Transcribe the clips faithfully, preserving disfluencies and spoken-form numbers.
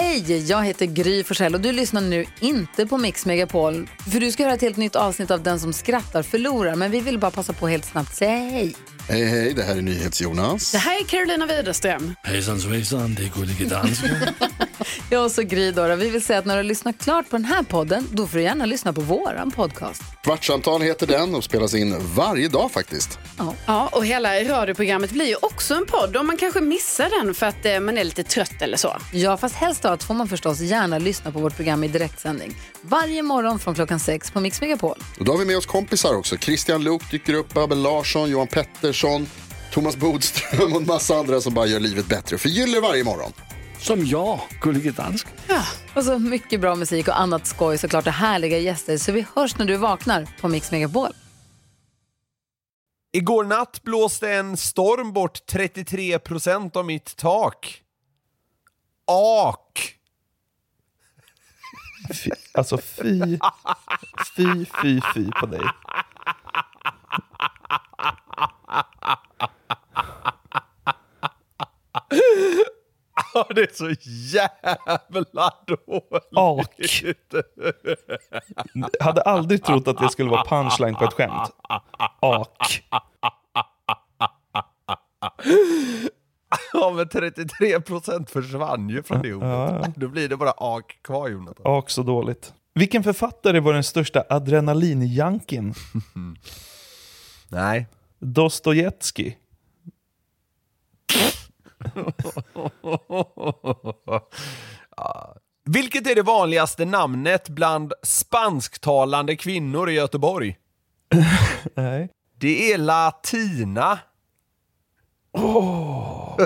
Hej, jag heter Gry Forssell och du lyssnar nu inte på Mix Megapol. För du ska höra ett helt nytt avsnitt av Den som skrattar förlorar. Men vi vill bara passa på helt snabbt säga hej. Hej, hej, det här är NyhetsJonas. Det här är Carolina Widerström. Hejsan svejsan, det är Gullige Dansken. Jag och så Gry då. Vi vill säga att när du har lyssnat klart på den här podden, då får du gärna lyssna på våran podcast. Kvartsamtal heter den och spelas in varje dag faktiskt. Ja, ja och hela radioprogrammet blir ju också en podd. Och man kanske missar den för att eh, man är lite trött eller så. Ja, fast helst då att får man förstås gärna lyssna på vårt program i direktsändning. Varje morgon från klockan sex på Mix Megapol. Och då har vi med oss kompisar också. Christian Luuk dyker upp, Abel Larsson, Johan Pettersson, Thomas Bodström och en massa andra som bara gör livet bättre och förgyller varje morgon. Som jag, Gullige Dansken. Ja, och så mycket bra musik och annat skoj, såklart, och härliga gäster. Så vi hörs när du vaknar på Mix Megapol. Igår natt blåste en storm bort trettiotre procent av mitt tak. Ak. Fy, alltså fy, fy, fy, fy på dig. Ja, det är så jävla dåligt. Ak. Hade aldrig trott att det skulle vara punchline på ett skämt. Ak. Ja, men trettiotre procent försvann ju från det ordet. Ja, ja. Då blir det bara ak kvar, Jonathan. Ak så dåligt. Vilken författare var den största adrenalinjankin? Nej. Dostojevskij. Ja. Vilket är det vanligaste namnet bland spansktalande kvinnor i Göteborg? Nej. Det är Latina. Oh.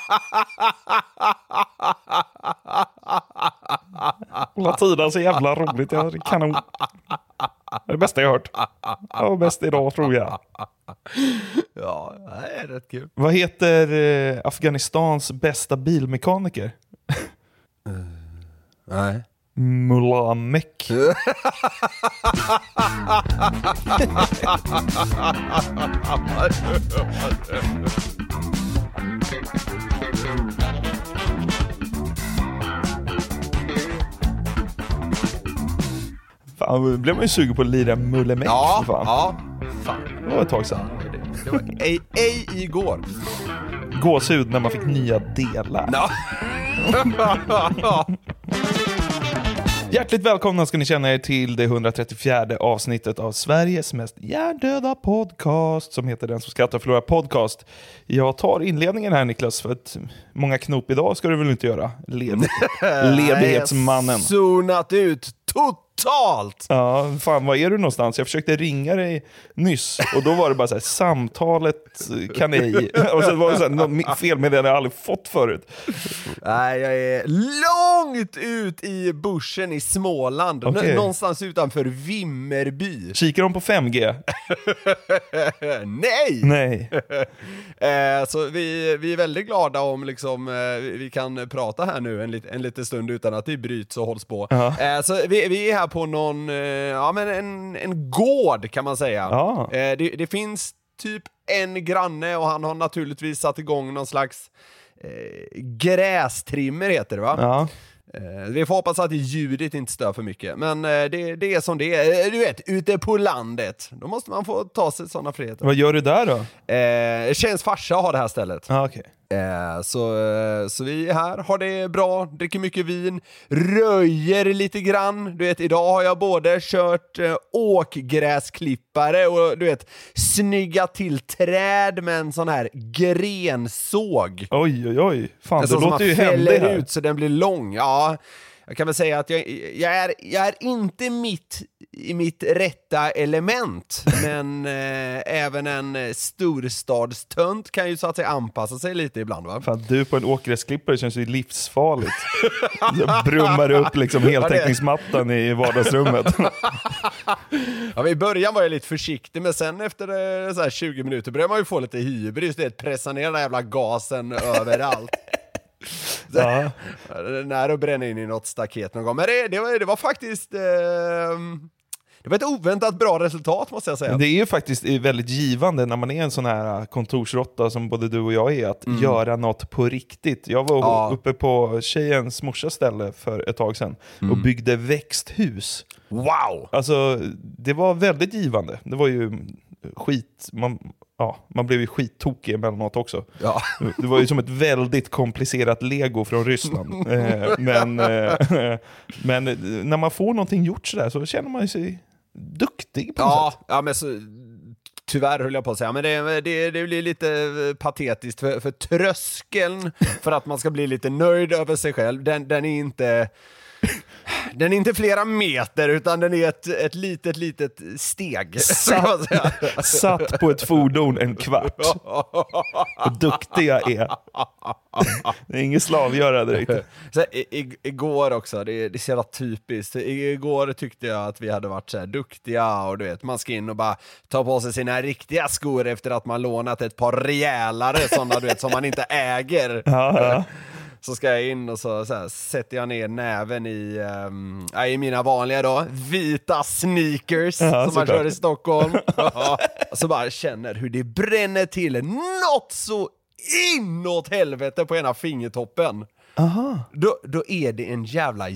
Latina är så jävla roligt. Jag kan nog... Det är det bästa jag hört. Ja, bäst idag tror jag. Ja, det är rätt kul. Vad heter eh, Afghanistans bästa bilmekaniker? Uh, nej. Mullah Mek. Fan, blev man ju sugen på att lira Mullah Mek. Ja, fan. ja. Fan. Det var ett tag sedan. Det var ej, ej igår. Gåshud när man fick nya delar. No. Hjärtligt välkomna ska ni känna er till det hundratrettiofjärde avsnittet av Sveriges mest hjärndöda podcast som heter Den som skrattar förlorar podcast. Jag tar inledningen här, Niklas, för att många knop idag ska du väl inte göra? Led- ledighetsmannen. Zonat ut totalt. Ja, fan, var är du någonstans? Jag försökte ringa dig nyss och då var det bara så här, samtalet kan ej. Och så var det så här, något fel med det jag aldrig fått förut. Nej, jag är långt ut i bushen i Småland. Okay. N- någonstans utanför Vimmerby. Kikar de på fem G? Nej! Nej. eh, så vi, vi är väldigt glada om liksom, eh, vi kan prata här nu en, lit, en liten stund utan att det bryts och hålls på. Uh-huh. Eh, så vi, vi är här på någon, eh, ja men en, en gård kan man säga. Uh-huh. Eh, det, det finns typ en granne och han har naturligtvis satt igång någon slags eh, grästrimmer heter det va? Ja. Eh, vi får hoppas att ljudet inte stör för mycket. Men eh, det, det är som det är. Du vet, ute på landet. Då måste man få ta sig sådana friheter. Vad gör du där då? Eh, Tjejens farsa har det här stället. Ah, okay. eh, så, eh, så vi är här, har det bra, dricker mycket vin, röjer lite grann. Du vet, idag har jag både kört eh, åkgräsklippare och du vet, snygga till träd med en sån här grensåg. Oj, oj, oj. Fan, det så låter ju händigt här. Ut så den blir lång. Ja, jag kan väl säga att jag, jag, är, jag är inte mitt i mitt rätta element, men eh, även en storstadstönt kan ju så att säga anpassa sig lite ibland, va? Fan, du på en åkgräsklippare känns ju livsfarligt. Du brummar upp liksom heltäckningsmattan i vardagsrummet. Ja, i början var jag lite försiktig, men sen efter eh, så här tjugo minuter börjar man ju få lite hybris, det är att pressa ner den här jävla gasen överallt. Ja. Nära att bränna in i något staket någon gång. Men det, det, var, det var faktiskt eh, det var ett oväntat bra resultat måste jag säga. Det är ju faktiskt väldigt givande när man är en sån här kontorsrotta som både du och jag är, att mm. göra något på riktigt. Jag var ja. uppe på tjejens morsas ställe för ett tag sedan mm. och byggde växthus. Wow! Alltså, det var väldigt givande. Det var ju skit... Man, ja, man blev ju skittokig emellanåt också. Ja. Det var ju som ett väldigt komplicerat Lego från Ryssland. eh, men, eh, men när man får någonting gjort sådär så känner man sig duktig på något ja, sätt. Ja, men så... Tyvärr höll jag på att säga, men det, det, det blir lite patetiskt för, för tröskeln för att man ska bli lite nöjd över sig själv. Den, den är inte... Den är inte flera meter utan den är ett, ett litet, litet steg. Satt, satt på ett fordon en kvart. Och duktiga är. Det är ingen slavgöra direkt. Så, i, i, igår också, det, det är så jävla typiskt. Igår tyckte jag att vi hade varit så här duktiga och du vet, man ska in och bara ta på sig sina riktiga skor efter att man lånat ett par rejälare sådana du vet som man inte äger. Ja, ja. Så ska jag in och så, så här, sätter jag ner näven i, um, i mina vanliga då, vita sneakers ja, som man kör i Stockholm. Så bara känner hur det bränner till något så inåt helvete på ena fingertoppen. Aha. Då, då är det en jävla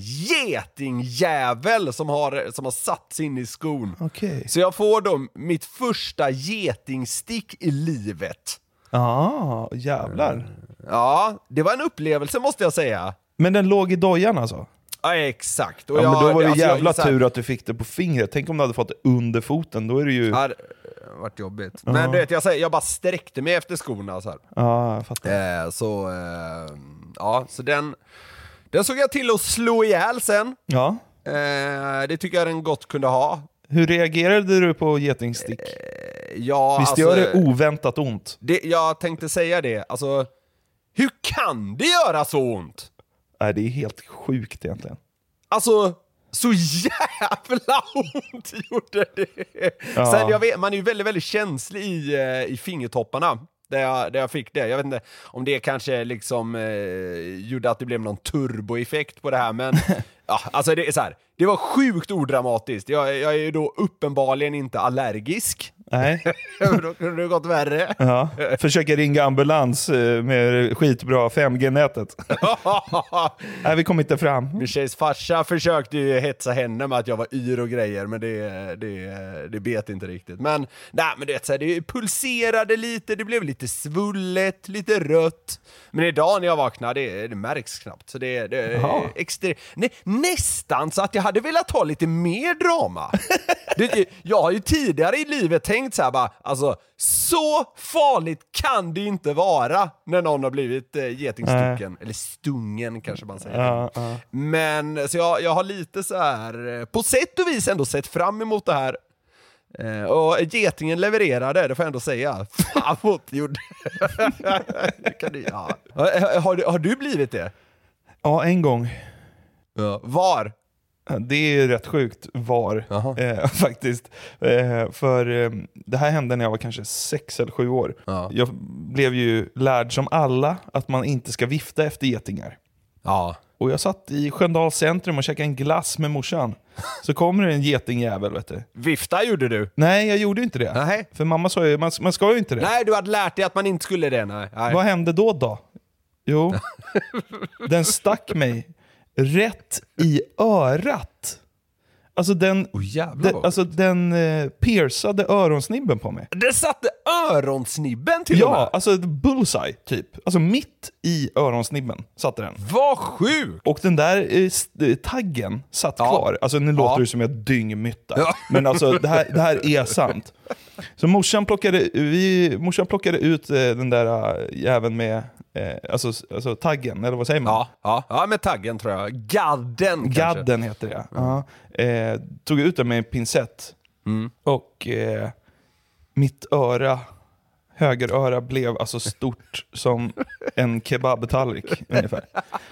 getingjävel som har, som har satt sig in i skon. Okay. Så jag får då mitt första getingstick i livet. Ja, ah, jävlar. Ja, det var en upplevelse måste jag säga. Men den låg i dojan alltså? Ja, exakt. Och ja, jag, men då var det alltså, jävla jag, tur att du fick det på fingret. Tänk om du hade fått det under foten, då är det ju... Ja, det varit jobbigt. Ja. Men du vet, jag, jag bara sträckte mig efter skorna så här. Ja, jag fattar. Eh, så, eh, ja, så den, den såg jag till att slå ihjäl sen. Ja. Eh, det tycker jag den gott kunde ha. Hur reagerade du på getingstick? Eh, ja, visst alltså, gör det oväntat ont? Det, jag tänkte säga det. Alltså, hur kan det göra så ont? Nej, det är helt sjukt egentligen. Alltså, så jävla ont gjorde det. Ja. Sen jag vet, man är ju väldigt, väldigt känslig i, i fingertopparna. Där jag, där jag fick det. Jag vet inte om det kanske liksom eh, gjorde att det blev någon turboeffekt på det här. Men ja, alltså det är så här. Det var sjukt odramatiskt. Jag, jag är ju då uppenbarligen inte allergisk. Nej. Då kunde det gått värre. Ja. Försöker ringa ambulans med skitbra fem G-nätet. Nej, vi kom inte fram. Min tjejs farsa försökte ju hetsa henne med att jag var yr och grejer, men det, det, det bet inte riktigt. Men, nej, men det, så här, det pulserade lite, det blev lite svullet, lite rött. Men idag när jag vaknade, det, det märks knappt. Så det, det är extra, nej, nästan så att jag hade velat ha lite mer drama. Det, jag har ju tidigare i livet tänkt så här bara, alltså så farligt kan det inte vara när någon har blivit eh, getingstucken, äh. eller stungen kanske man säger. Ja, ja. Men så jag, jag har lite så här på sätt och vis ändå sett fram emot det här. Eh, och getingen levererade, det får jag ändå säga. Fan vad det gjorde. Kan du, ja. har, har, har du blivit det? Ja, en gång. Ja. Var? Det är rätt sjukt var eh, faktiskt. Eh, för eh, det här hände när jag var kanske sex eller sju år. Ja. Jag blev ju lärd som alla att man inte ska vifta efter getingar. Ja. Och jag satt i Sköndals centrum och käkade en glass med morsan. Så kommer det en getingjävel, vet du. Vifta gjorde du? Nej, jag gjorde inte det. Nej. För mamma sa ju, man, man ska ju inte det. Nej, du hade lärt dig att man inte skulle det. Nej. Nej. Vad hände då då? Jo, den stack mig rätt i örat. Alltså den, oh, den, alltså den eh, piercade öronsnibben på mig. Det satte öronsnibben till ja, och med? Ja, alltså bullseye typ. Alltså mitt i öronsnibben satte den. Vad sjukt! Och den där eh, taggen satt ja. kvar. Alltså nu låter det ja. som jag dyngmytta. Ja. Men alltså det här, det här är sant. Så morsan plockade, vi, morsan plockade ut eh, den där äh, jäveln med eh, alltså, alltså taggen, eller vad säger man? Ja, ja, ja med taggen tror jag. Gadden kanske. Gadden heter det, ja. Mm. Eh, tog ut den med en pincett. Mm. Och eh, mitt öra, högeröra blev alltså stort som en kebabtallrik ungefär.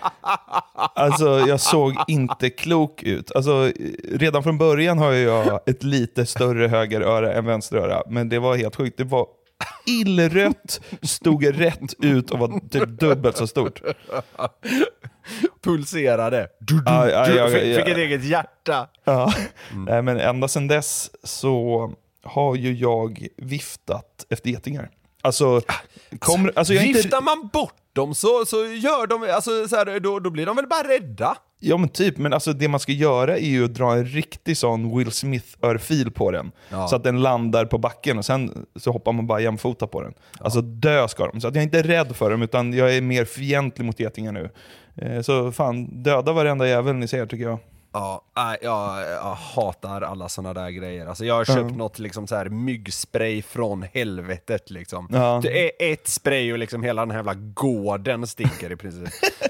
Alltså jag såg inte klok ut. Alltså redan från början har jag ett lite större högeröra än vänsteröra, men det var helt sjukt. Det var illrött, stod rätt ut och var typ dubbelt så stort. Pulserade. Du, du, Ja, ja, du, ja, fick, ja. fick ett eget hjärta. Ja. Nej, men ända sedan dess så har ju jag viftat efter getingar. Alltså, kommer, alltså jag är Viftar inte... man bort dem så, så gör de, alltså, så här, då, då blir de väl bara rädda. Ja men typ, men alltså det man ska göra är ju att dra en riktig sån Will Smith-örfil på den. Ja. Så att den landar på backen och sen så hoppar man bara jämfota på den. Ja. Alltså dö ska de. Så att jag är inte rädd för dem, utan jag är mer fientlig mot getingar nu. Eh, så fan, döda varenda jävel ni ser tycker jag. Ja, jag, jag, jag hatar alla såna där grejer. Alltså jag har köpt Mm. något liksom så här myggspray från helvetet liksom. Ja. Det är ett spray och liksom hela den här jävla gården stinker i princip.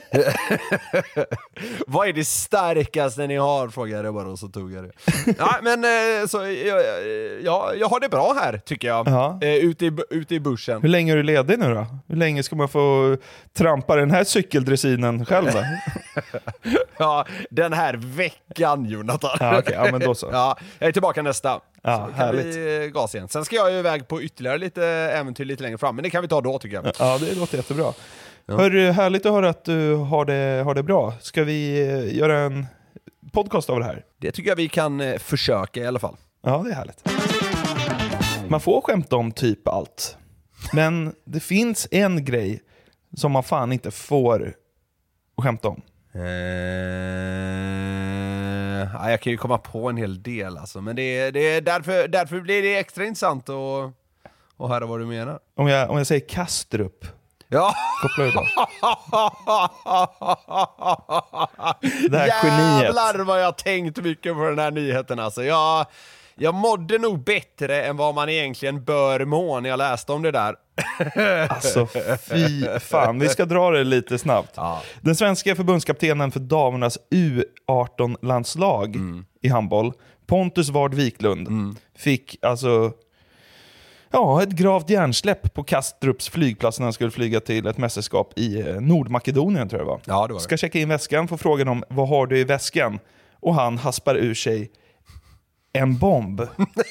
Vad är det starkaste ni har? Frågade jag bara och så tog jag det. Ja, men eh, så jag, jag, jag har det bra här tycker jag. Ja. Eh, ute, i, ute i bussen. Hur länge är du ledig nu då? Hur länge ska man få trampa den här cykeldressinen själv då? Ja, den här veckan Jonathan. Ja, okej. Ja, men då så. Ja, jag är tillbaka nästa. Ja, så kan härligt. vi eh, gas igen. Sen ska jag ju iväg på ytterligare lite äventyr lite längre fram, men det kan vi ta då tycker jag. Ja, det låter jättebra. Hör, härligt att höra att du har det, har det bra. Ska vi eh, göra en podcast av det här? Det tycker jag vi kan eh, försöka i alla fall. Ja, det är härligt. Man får skämta om typ allt. Men det finns en grej som man fan inte får skämta om. Eh, ja, jag kan ju komma på en hel del alltså, men det är, det är därför, därför blir det extra intressant att, att höra vad du menar. Om jag, om jag säger Kastrup, Ja. kopplar du då? Det här geniet. Jävlar vad jag tänkt mycket på den här nyheten alltså. Jag, jag mådde nog bättre än vad man egentligen bör må när jag läste om det där. Alltså fy fan, vi ska dra det lite snabbt. Ja. Den svenska förbundskaptenen för damernas U arton-landslag Mm. i handboll, Pontus Ward Wiklund, Mm. fick alltså ja, ett gravt hjärnsläpp på Kastrups flygplats när han skulle flyga till ett mästerskap i eh, Nordmakedonien tror jag det var. Ja, det var det. Ska checka in väskan, få frågan om vad har du i väskan? Och han haspar ur sig en bomb.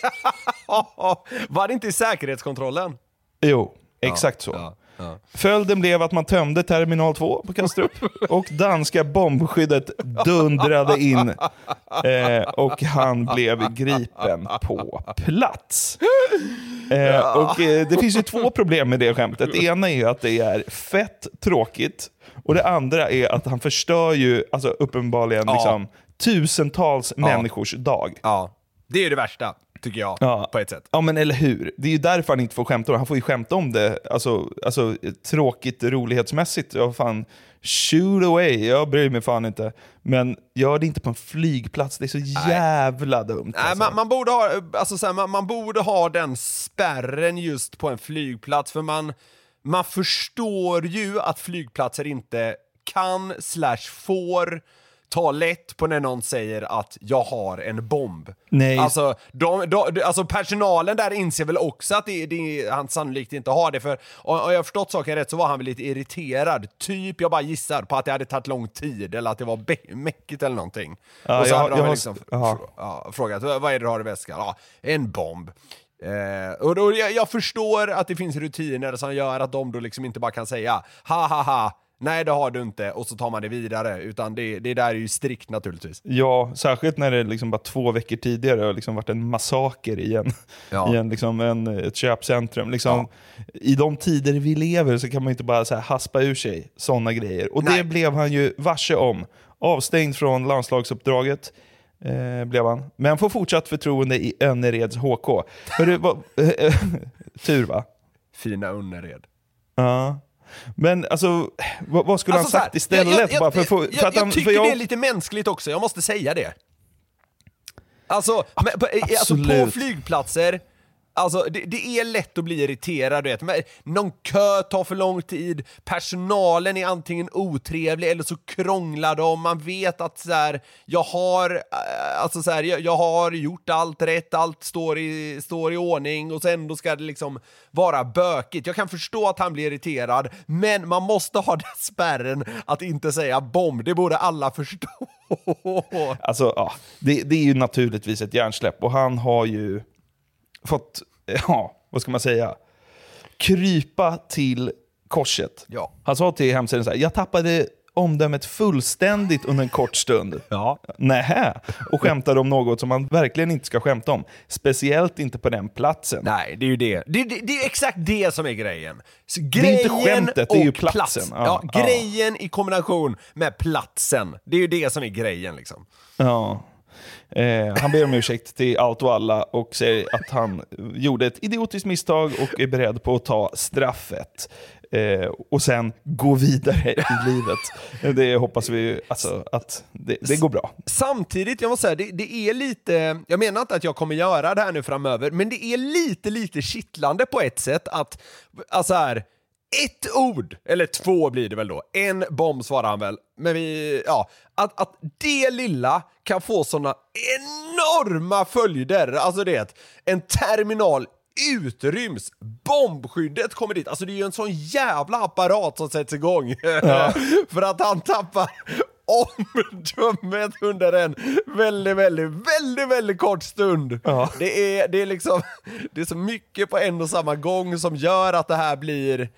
Var det inte i säkerhetskontrollen? Jo, exakt så. Ja, ja. Följden blev att man tömde terminal två på Kastrup och danska bombskyddet dundrade in eh, och han blev gripen på plats. Eh, och eh, det finns ju två problem med det skämtet. Det ena är ju att det är fett tråkigt och det andra är att han förstör ju alltså uppenbarligen Ja. liksom, tusentals Ja. människors dag. Ja, det är ju det värsta, tycker jag, Ja. på ett sätt. Ja men eller hur, det är ju därför han inte får skämta om det. Han får ju skämta om det, alltså, alltså tråkigt rolighetsmässigt. Ja, fan, shoot away, jag bryr mig fan inte. Men gör det inte på en flygplats, det är så jävla dumt. Nej, Alltså. man, man, borde ha, alltså, så här, man, man borde ha den spärren just på en flygplats, för man, man förstår ju att flygplatser inte kan slash får ta lätt på när någon säger att jag har en bomb. Nej. Alltså, de, de, alltså personalen där inser väl också att det, det, han sannolikt inte har det, för om jag har förstått saken rätt så var han väl lite irriterad. Typ, jag bara gissar på att det hade tagit lång tid eller att det var be- mäckigt eller någonting. Ja, och så jag- hade de jag väl har- liksom ja. fr- ja, frågat, vad är det du har i väskan? Ja, en bomb. Eh, och då, jag, jag förstår att det finns rutiner som gör att de då liksom inte bara kan säga ha ha ha, nej det har du inte, och så tar man det vidare, utan det, det där är ju strikt naturligtvis. Ja, särskilt när det liksom bara två veckor tidigare har liksom varit en massaker i, en, Ja. i en, liksom en, ett köpcentrum. Liksom, I de tider vi lever så kan man inte bara så här haspa ur sig sådana grejer. Och Nej. det blev han ju varse om. Avstängd från landslagsuppdraget eh, blev han. Men får fortsatt förtroende i Önnereds H K. Hörru, vad, tur va? Fina Önnered. Ja. Men alltså, vad, vad skulle Alltså, han sagt så här, istället? Jag, jag, bara för, för, jag, för att jag, han, jag tycker för jag, det är lite mänskligt också, jag måste säga det. Alltså, men, på, alltså på absolut. flygplatser, alltså det, det är lätt att bli irriterad, du vet. Men någon kö tar för lång tid, personalen är antingen otrevlig eller så krånglar de. Man vet att så här, jag har äh, alltså så här, jag, jag har gjort allt rätt, allt står i, står i ordning, och sen då ska det liksom vara bökigt. Jag kan förstå att han blir irriterad, men man måste ha den spärren att inte säga bomb. Det borde alla förstå. Alltså, ja, det, det är ju naturligtvis ett hjärnsläpp och han har ju fått, ja, vad ska man säga, krypa till korset. Ja. Han sa till hemsidan så här: jag tappade omdömet fullständigt under en kort stund. Ja. Nähä. Och skämtar om något som man verkligen inte ska skämta om. Speciellt inte på den platsen. Nej, det är ju det. Det, det, det är exakt det som är grejen. Så Det är inte skämtet, det är ju och platsen. Plats. Ja, Ja, ja. grejen i kombination med platsen. Det är ju det som är grejen liksom. Ja. Eh, han ber om ursäkt till allt och alla och säger att han gjorde ett idiotiskt misstag och är beredd på att ta straffet. Eh, och sen gå vidare i livet. Det hoppas vi alltså, att det, det går bra. Samtidigt, jag måste säga, det, det är lite, jag menar inte att jag kommer göra det här nu framöver, men det är lite, lite kittlande på ett sätt att, alltså här, ett ord, eller två blir det väl då, en bomb svarar han väl, men vi, ja, att, att det lilla kan få såna enorma följder, alltså det är att en terminal utryms, bombskyddet kommer dit, alltså det är ju en sån jävla apparat som sätts igång ja. För att han tappar omdömet under en väldigt, väldigt, väldigt, väldigt kort stund. Ja. Det är, det är liksom, det är så mycket på en och samma gång som gör att det här blir...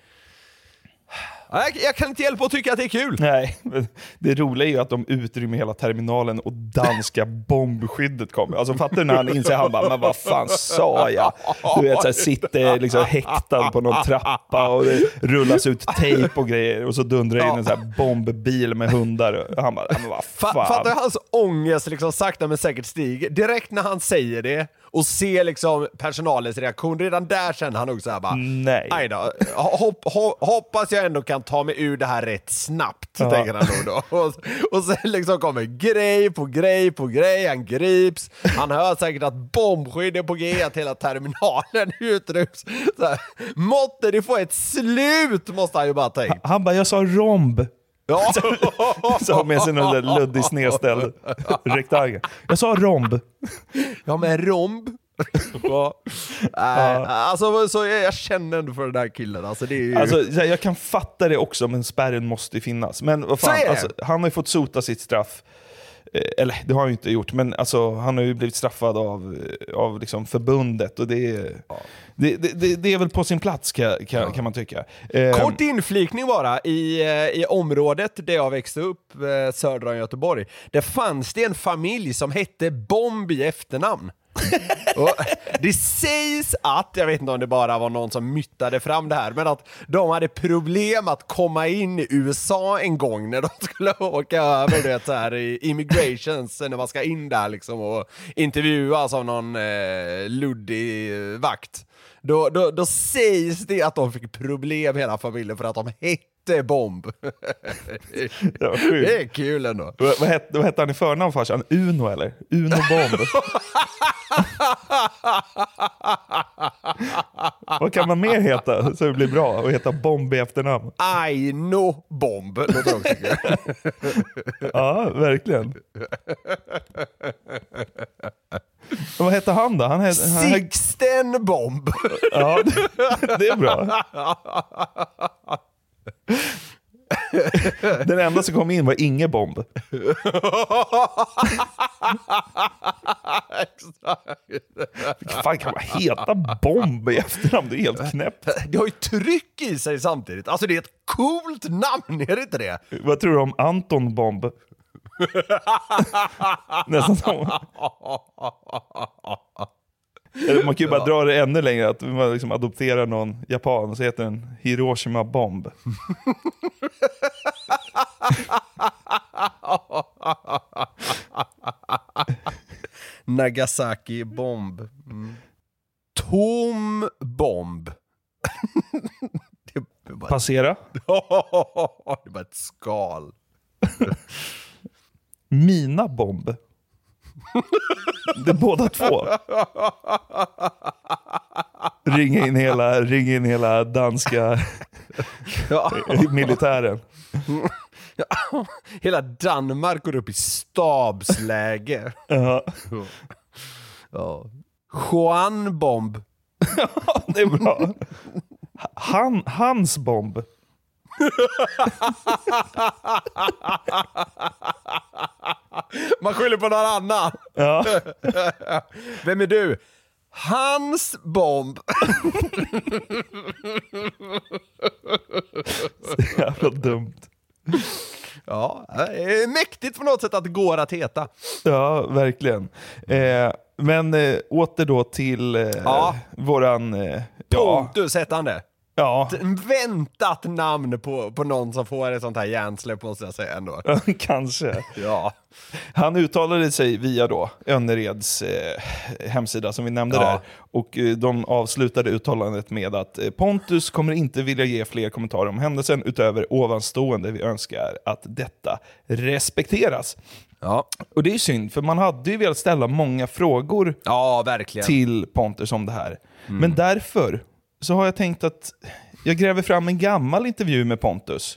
Jag, jag kan inte hjälpa att tycka att det är kul. Nej, men det roliga är ju att de utrymmer hela terminalen och danska bombskyddet kommer. Alltså fattar du när han inser, han bara, men vad fan sa jag? Du vet, så här, sitter liksom häktad på någon trappa och det rullas ut tejp och grejer och så dundrar in en så här bombbil med hundar och han bara, men vad fan? Fattar du hans ångest liksom sakta men säkert stiger direkt när han säger det och ser liksom personalens reaktion. Redan där känner han också så här bara, nej. Aj då, hopp, hopp, hoppas jag ändå kan ta mig ur det här rätt snabbt, ja. Tänker han då. då. Och, och sen liksom kommer grej på grej på grej, han grips. Han hör säkert att bombskydd är på G, att hela terminalen utryms. Så här, måtte det få ett slut, måste han ju bara ta in. Han, han bara, jag sa romb. Ja. Så har med sig någon där luddig snedställd rektangel. Jag sa romb. Ja, men romb. Ja. Nej, ja. Alltså så jag, jag känner ändå för den där killen. Alltså, det är ju... alltså, jag kan fatta det också, men spärren måste ju finnas. Men vad fan, alltså, han har ju fått sota sitt straff. Eller det har han ju inte gjort, men alltså, han har ju blivit straffad av, av liksom förbundet och det är, ja. det, det, det är väl på sin plats kan, kan, ja. kan man tycka. Kort inflikning bara, i, i området där jag växte upp, söder om Göteborg, där fanns det en familj som hette Bomb i efternamn. Och det sägs att, jag vet inte om det bara var någon som myttade fram det här, men att de hade problem att komma in i U S A en gång när de skulle åka över det så här i immigrations, när man ska in där liksom och intervjuas av någon eh, luddig vakt. Då, då, då sägs det att de fick problem hela familjen för att de hette Bomb. Ja, det är kul ändå. Vad, vad, hette, vad hette han i förnamn farsan? Uno eller? Uno Bomb. Vad kan man mer heta så det blir bra? Och heta Bomb i efternamn. Aino Bomb. Låter också kul. Ja, verkligen. Och vad heter han då? Han heter, han Sixten Bomb. Ja, det, det är bra. Den enda som kom in var Inge Bomb. Vilken fan kan man heta Bomb i efternamn? Det är helt knäppt. Det har ju tryck i sig samtidigt. Alltså det är ett coolt namn, är det inte det? Vad tror du om Anton Bomb? Nästan så. Man kan ju bara dra det ännu längre, att man liksom adopterar någon japan och så heter den Hiroshima Bomb. Nagasaki Bomb. Mm. Tom Bomb. Det bara... Passera. Det är bara ett skal. Mina Bomb. Det är båda två. Ringa in hela, ringa in hela danska militären. Ja, hela Danmark går upp i stabsläge. Ja. Ja. Juan Bomb. Ja, det är bra. Han, hans Bomb. Man skyller på någon annan. Ja. Vem är du? Hans Bomb. Så jävla dumt. Ja, det är mäktigt på något sätt att det går att heta. Ja, verkligen. Eh, men eh, åter då till eh, ja. våran... Eh, Pontus hette han det. Ja. Väntat namn på, på någon som får ett sånt här hjärnsläpp, måste jag säga ändå. Kanske. Ja. Han uttalade sig via då Önnereds eh, hemsida som vi nämnde ja. där. Och eh, de avslutade uttalandet med att eh, Pontus kommer inte vilja ge fler kommentarer om händelsen utöver ovanstående. Vi önskar att detta respekteras. Ja. Och det är synd, för man hade ju velat ställa många frågor ja, verkligen. till Pontus om det här. Mm. Men därför så har jag tänkt att jag gräver fram en gammal intervju med Pontus.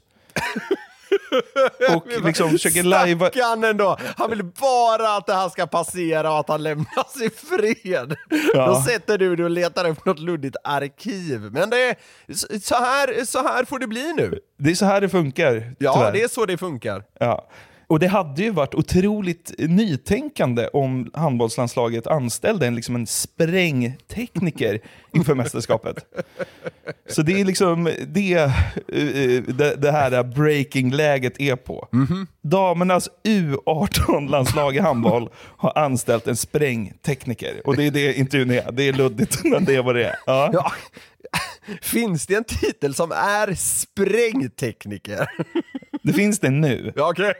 Och liksom försöker lajva... Stackarn ändå. Han vill bara att det här ska passera och att han lämnas i fred. Ja. Då sätter du dig och letar upp något luddigt arkiv. Men det är så här, så här får det bli nu. Det är så här det funkar. Ja, tyvärr. det är så det funkar. Ja. Och det hade ju varit otroligt nytänkande om handbollslandslaget anställde en, liksom en sprängtekniker inför mästerskapet. Så det är liksom det, det, det här breaking-läget är på. Mm-hmm. Damernas U arton-landslag i handboll har anställt en sprängtekniker. Och det är det intervjun är. Det är luddigt, men det är vad det är. Ja. Ja. Finns det en titel som är sprängtekniker? Det finns det nu. Ja, okej.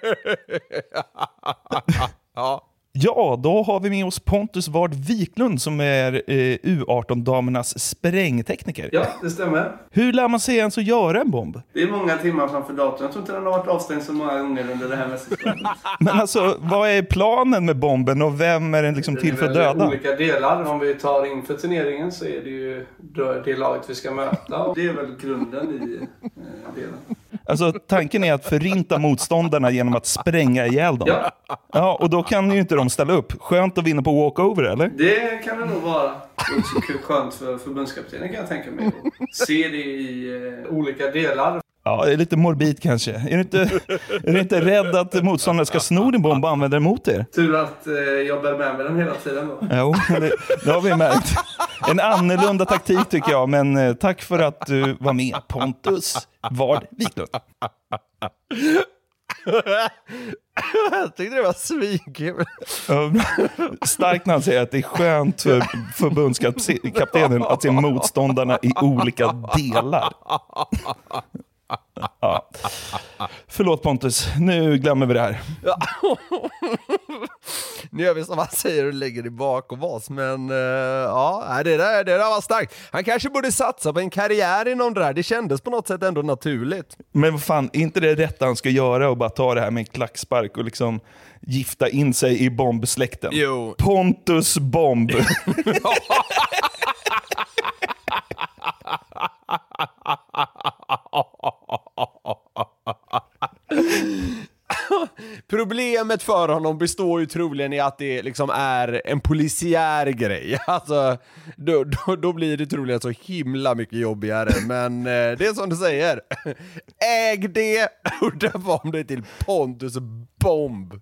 Ja. Ja, då har vi med oss Pontus Ward Wiklund som är eh, U arton-damernas sprängtekniker. Ja, det stämmer. Hur lär man sig ens att göra en bomb? Det är många timmar framför datorn. Jag tror inte den har varit avstängd så många gånger under det här mästerskapet. Men alltså, vad är planen med bomben och vem är den liksom till för att döda? Olika delar. Om vi tar inför turneringen så är det ju det laget vi ska möta. Och det är väl grunden i eh, delen. Alltså tanken är att förinta motståndarna genom att spränga ihjäl dem. Ja. Ja, och då kan ju inte de ställa upp. Skönt att vinna på walkover, eller? Det kan det nog vara. Också skönt för förbundskaptenen kan jag tänka mig. Se det i eh, olika delar. Ja, det är lite morbid kanske. Är du inte, är du inte rädd att motståndaren ska sno din bomb och använda den mot er? Tur att eh, jag bär med mig den hela tiden då. Jo, det, det har vi märkt. En annorlunda taktik tycker jag, men eh, tack för att du var med, Pontus Ward Wiklund. Jag tyckte det var svinkul. Starkt när han säger att det är skönt för förbundskaptenen att se motståndarna i olika delar. Ja. Förlåt Pontus, nu glömmer vi det här. Ja. Nu gör vi som han säger och lägger det bakom oss. Men uh, ja, det där, det där var starkt. Han kanske borde satsa på en karriär inom det där. Det kändes på något sätt ändå naturligt. Men vad fan, är inte det rätt han ska göra och bara ta det här med en klackspark och liksom gifta in sig i bombsläkten? Jo. Pontus Bomb. Problemet för honom består ju troligen i att det liksom är en polisiär grej. Alltså, då, då, då blir det troligen så himla mycket jobbigare. Men eh, det är som du säger. Äg det och döp om det till Pontus Bomb.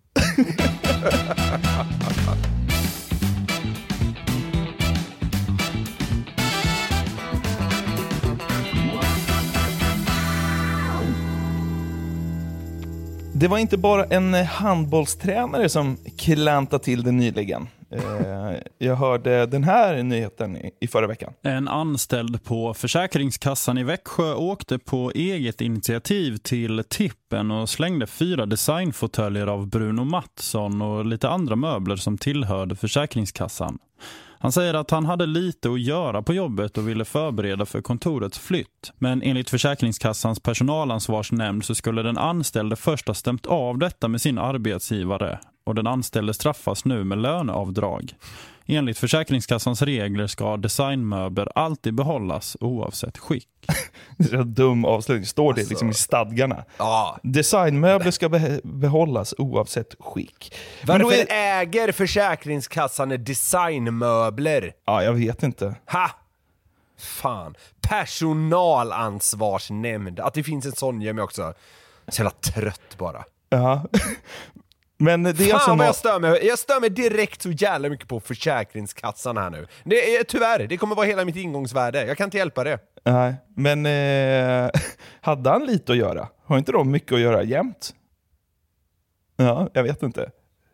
Det var inte bara en handbollstränare som klantade till det nyligen. Jag hörde den här nyheten i förra veckan. En anställd på Försäkringskassan i Växjö åkte på eget initiativ till tippen och slängde fyra designfåtöljer av Bruno Mattsson och lite andra möbler som tillhörde Försäkringskassan. Han säger att han hade lite att göra på jobbet och ville förbereda för kontorets flytt. Men enligt Försäkringskassans personalansvarsnämnd så skulle den anställde först ha stämt av detta med sin arbetsgivare. Och den anställde straffas nu med löneavdrag. Enligt Försäkringskassans regler ska designmöbler alltid behållas oavsett skick. Det är en dum avslutning. Står det alltså, liksom i stadgarna. Ja. Designmöbler ska be- behållas oavsett skick. Varför är... äger Försäkringskassan designmöbler? Ja, jag vet inte. Ha! Fan. Personalansvarsnämnd. Att det finns en sån gör mig också så jävla trött bara. Ja. Men det är Fan alltså vad nå- jag stör mig. Jag stör mig direkt så jävla mycket på Försäkringskassan här nu. Det är, tyvärr, det kommer vara hela mitt ingångsvärde. Jag kan inte hjälpa det. Nej, men eh, hade han lite att göra? Har inte de mycket att göra jämt? Ja, jag vet inte.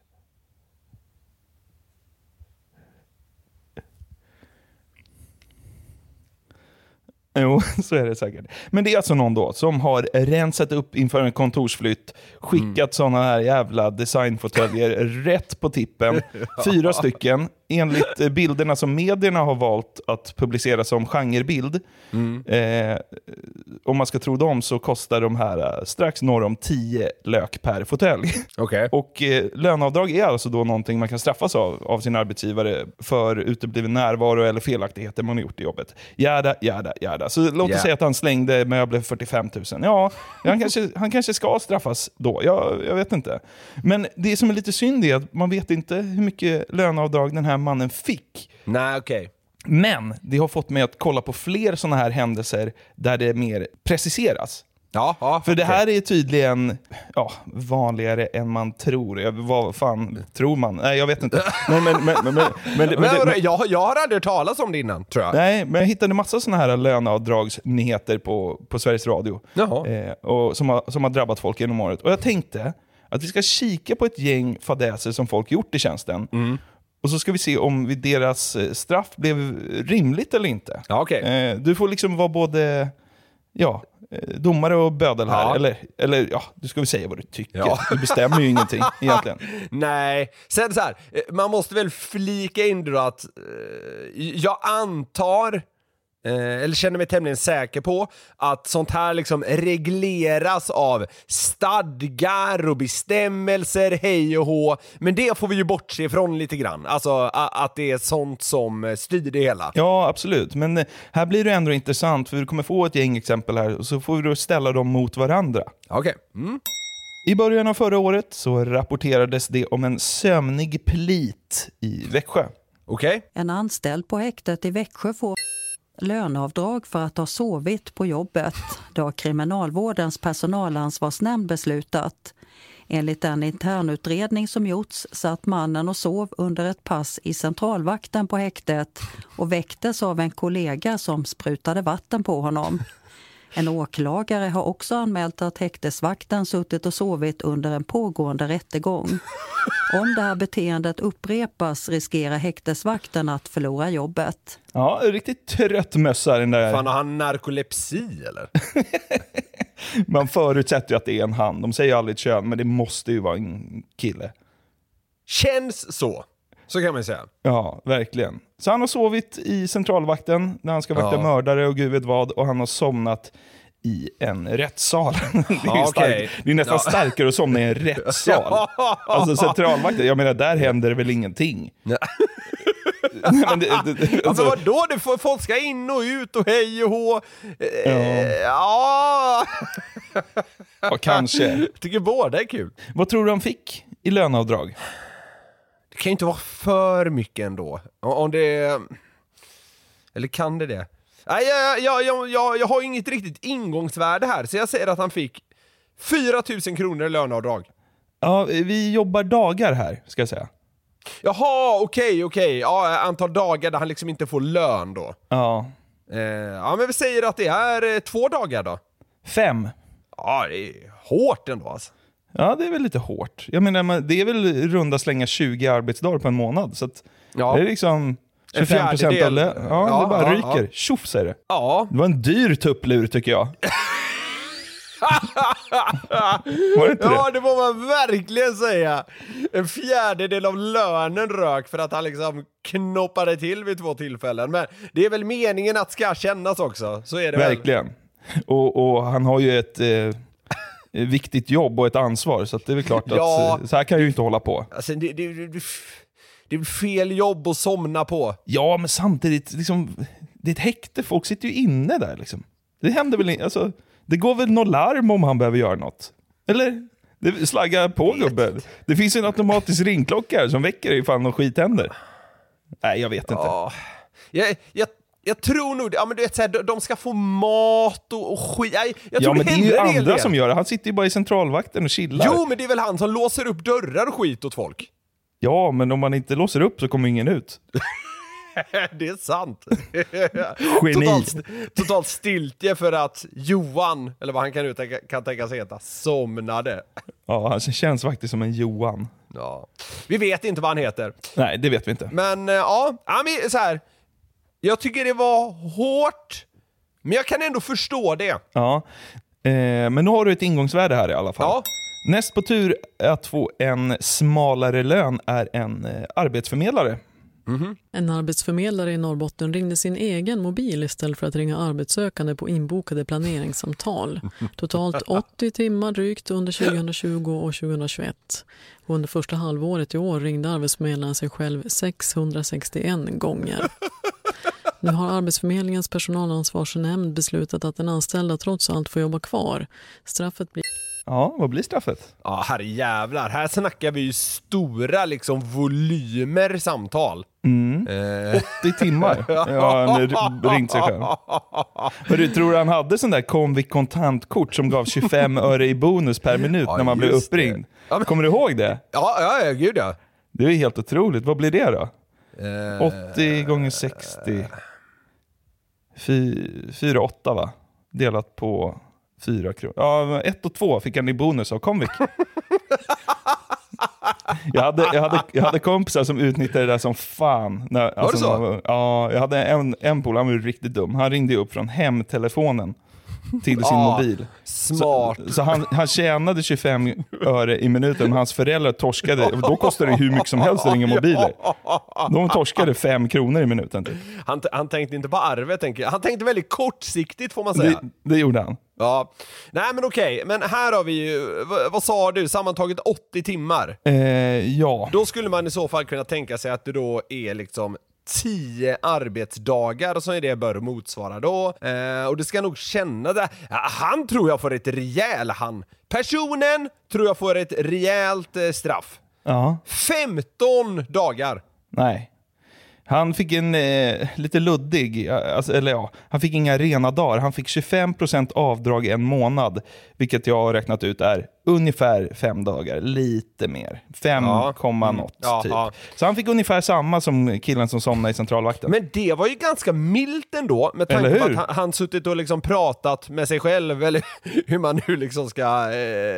Jo, så är det säkert. Men det är alltså någon då som har rensat upp inför en kontorsflytt, skickat mm. sådana här jävla designfåtöljer rätt på tippen. Fyra stycken. Enligt bilderna som medierna har valt att publicera som genrebild, mm. eh, om man ska tro dem så kostar de här strax norr om tio lök per fåtölj. Okay. Och eh, löneavdrag är alltså då någonting man kan straffas av av sin arbetsgivare för utebliven närvaro eller felaktigheter man har gjort i jobbet. Jäda, jäda, jäda. Så låt oss yeah. säga att han slängde möbler för fyrtiofem tusen. Ja, han kanske, han kanske ska straffas då. Jag, jag vet inte. Men det som är lite synd är att man vet inte hur mycket löneavdrag den här mannen fick. Nej, okej. Okay. Men det har fått mig att kolla på fler sådana här händelser där det mer preciseras. Ja, ja, för det här är tydligen ja, vanligare än man tror. Jag, vad fan tror man? Nej, jag vet inte. Men, men, men, men, men, men, men, men, men jag, jag har aldrig hört talas om det innan, tror jag. Nej, men jag hittade massa såna här löneavdragsnyheter på, på Sveriges Radio. Eh, och som, har, som har drabbat folk genom året. Och jag tänkte att vi ska kika på ett gäng fadäser som folk gjort i tjänsten. Mm. Och så ska vi se om deras straff blev rimligt eller inte. Ja, okay. eh, du får liksom vara både ja, domare och bödel här. Ja. Eller, eller ja, du ska väl säga vad du tycker. Ja. Du bestämmer ju ingenting egentligen. Nej, sen så här, man måste väl flika in då att eh, jag antar eller känner mig tämligen säker på att sånt här liksom regleras av stadgar och bestämmelser, hej och hå. Men det får vi ju bortse ifrån lite grann. Alltså att det är sånt som styr det hela. Ja, absolut. Men här blir det ändå intressant för du kommer få ett gäng exempel här och så får du ställa dem mot varandra. Okej. Okay. Mm. I början av förra året så rapporterades det om en sömnig plit i Växjö. Okej. Okay. En anställd på häktet i Växjö får löneavdrag för att ha sovit på jobbet. Det har kriminalvårdens personalansvarsnämnd beslutat. Enligt en internutredning som gjorts satt mannen och sov under ett pass i centralvakten på häktet och väcktes av en kollega som sprutade vatten på honom. En åklagare har också anmält att häktesvakten suttit och sovit under en pågående rättegång. Om det här beteendet upprepas riskerar häktesvakten att förlora jobbet. Ja, riktigt trött mössa den där. Fan, har han narkolepsi eller? Man förutsätter ju att det är en han. De säger aldrig ett kön, men det måste ju vara en kille. Känns så. Så kan man säga. Ja, verkligen. Så han har sovit i centralvakten när han ska vakta ja. mördare och gud vet vad. Och han har somnat i en rättssal. det, är okay. stark, det är nästan ja. starkare att somna i en rättssal. Alltså centralvakten, jag menar där händer det väl ingenting. Nej, men det, det, det, alltså vadå? Det får, folk ska in och ut och hej och hå. Ja. ja. ja, kanske. Jag tycker båda är kul. Vad tror du han fick i löneavdrag? Det kan ju inte vara för mycket ändå. Om det... Eller kan det det? Nej, jag, jag, jag, jag, jag har inget riktigt ingångsvärde här. Så jag säger att han fick fyra tusen kronor i löneavdrag. Ja, vi jobbar dagar här, ska jag säga. Jaha, okej, okay, okej. Okay. Ja, antal dagar där han liksom inte får lön då. Ja. Eh, ja, men vi säger att det är eh, två dagar då. Fem. Ja, det är hårt ändå alltså. Ja, det är väl lite hårt. Jag menar, det är väl runda slänga tjugo arbetsdagar på en månad. Så att ja. det är liksom tjugofem procent av det. Ja, ja, det bara ja, ryker. Ja. Tjoff, säger det. Ja. Det var en dyr tupplur, tycker jag. Var det inte ja, det? det får man verkligen säga. En fjärdedel av lönen rök för att han liksom knoppade till vid två tillfällen. Men det är väl meningen att ska kännas också. Så är det verkligen. Väl. Och, och han har ju ett... Eh, viktigt jobb och ett ansvar, så att det är väl klart ja. att så här kan ju inte hålla på. Alltså det, det, det, det är fel jobb att somna på. Ja, men samtidigt liksom, det är ett häkte, folk sitter ju inne där liksom. Det händer väl alltså, det går väl något larm om han behöver göra något. Eller det slaggar på gubben. Det finns en automatisk ringklocka som väcker ifall någon skit händer. Nej, jag vet inte. Ja. Jag, jag Jag tror nog, ja men du vet så här, de ska få mat och, och skit. Jag, jag tror ja men det är ju andra det. som gör det. Han sitter ju bara i centralvakten och chillar. Jo, men det är väl han som låser upp dörrar och skit åt folk. Ja, men om man inte låser upp så kommer ingen ut. Det är sant. Geni. Totalt, totalt stiltje för att Johan, eller vad han kan, uttänka, kan tänka sig heta, somnade. Ja, han känns faktiskt som en Johan. Ja. Vi vet inte vad han heter. Nej, det vet vi inte. Men ja, ja men, så här. Jag tycker det var hårt, men jag kan ändå förstå det. Ja, eh, men nu har du ett ingångsvärde här i alla fall. Ja. Näst på tur att få en smalare lön är en eh, arbetsförmedlare. Mm-hmm. En arbetsförmedlare i Norrbotten ringde sin egen mobil istället för att ringa arbetssökande på inbokade planeringssamtal. Totalt åttio timmar drygt under tjugohundratjugo och tjugohundratjugoett. Och under första halvåret i år ringde arbetsförmedlaren sig själv sexhundrasextioen gånger. Nu har Arbetsförmedlingens personalansvarsnämnd beslutat att den anställda trots allt får jobba kvar. Straffet blir... Ja, vad blir straffet? Ja, herre jävlar. Här snackar vi ju stora liksom volymer samtal. Mm. Eh. åttio timmar. Ja, han har ringt sig själv. Men du tror han hade sån där Comviq kontantkort som gav tjugofem öre i bonus per minut ja, när man blev uppringd? Ja, men... Kommer du ihåg det? Ja, ja, ja, gud ja. Det är helt otroligt. Vad blir det då? Eh. åttio gånger sextio. fyra åtta va? Delat på fyra kronor. Ja, ett och två fick han i bonus av Comviq. jag, hade, jag, hade, jag hade kompisar som utnyttjade det där som fan. När, var alltså, det så? När, ja, jag hade en, en polare, han var riktigt dum. Han ringde upp från hemtelefonen till sin ah, mobil. Smart. Så, så han, han tjänade tjugofem öre i minuten, men hans föräldrar torskade. Då kostade det hur mycket som helst att ringa mobiler. De torskade fem kronor i minuten. Typ. Han, han tänkte inte på arvet, tänker jag. Han tänkte väldigt kortsiktigt, får man säga. Det, det gjorde han. Ja. Nej, men okej. Men här har vi ju, vad, vad sa du? Sammantaget åttio timmar. Eh, ja. Då skulle man i så fall kunna tänka sig att det då är liksom tio arbetsdagar som är det bör motsvara då. Eh, och det ska nog känna det. Ja, han tror jag får ett rejäl han. Personen tror jag får ett rejält eh, straff. Ja. femton dagar. Nej. Han fick en eh, lite luddig, alltså, eller ja, han fick inga rena dagar. Han fick tjugofem procent avdrag en månad, vilket jag har räknat ut är ungefär fem dagar, lite mer. fem komma ja. något ja, typ. Ja. Så han fick ungefär samma som killen som somnade i centralvakten. Men det var ju ganska milt ändå, med tanke på att han, han suttit och liksom pratat med sig själv, eller hur man nu liksom ska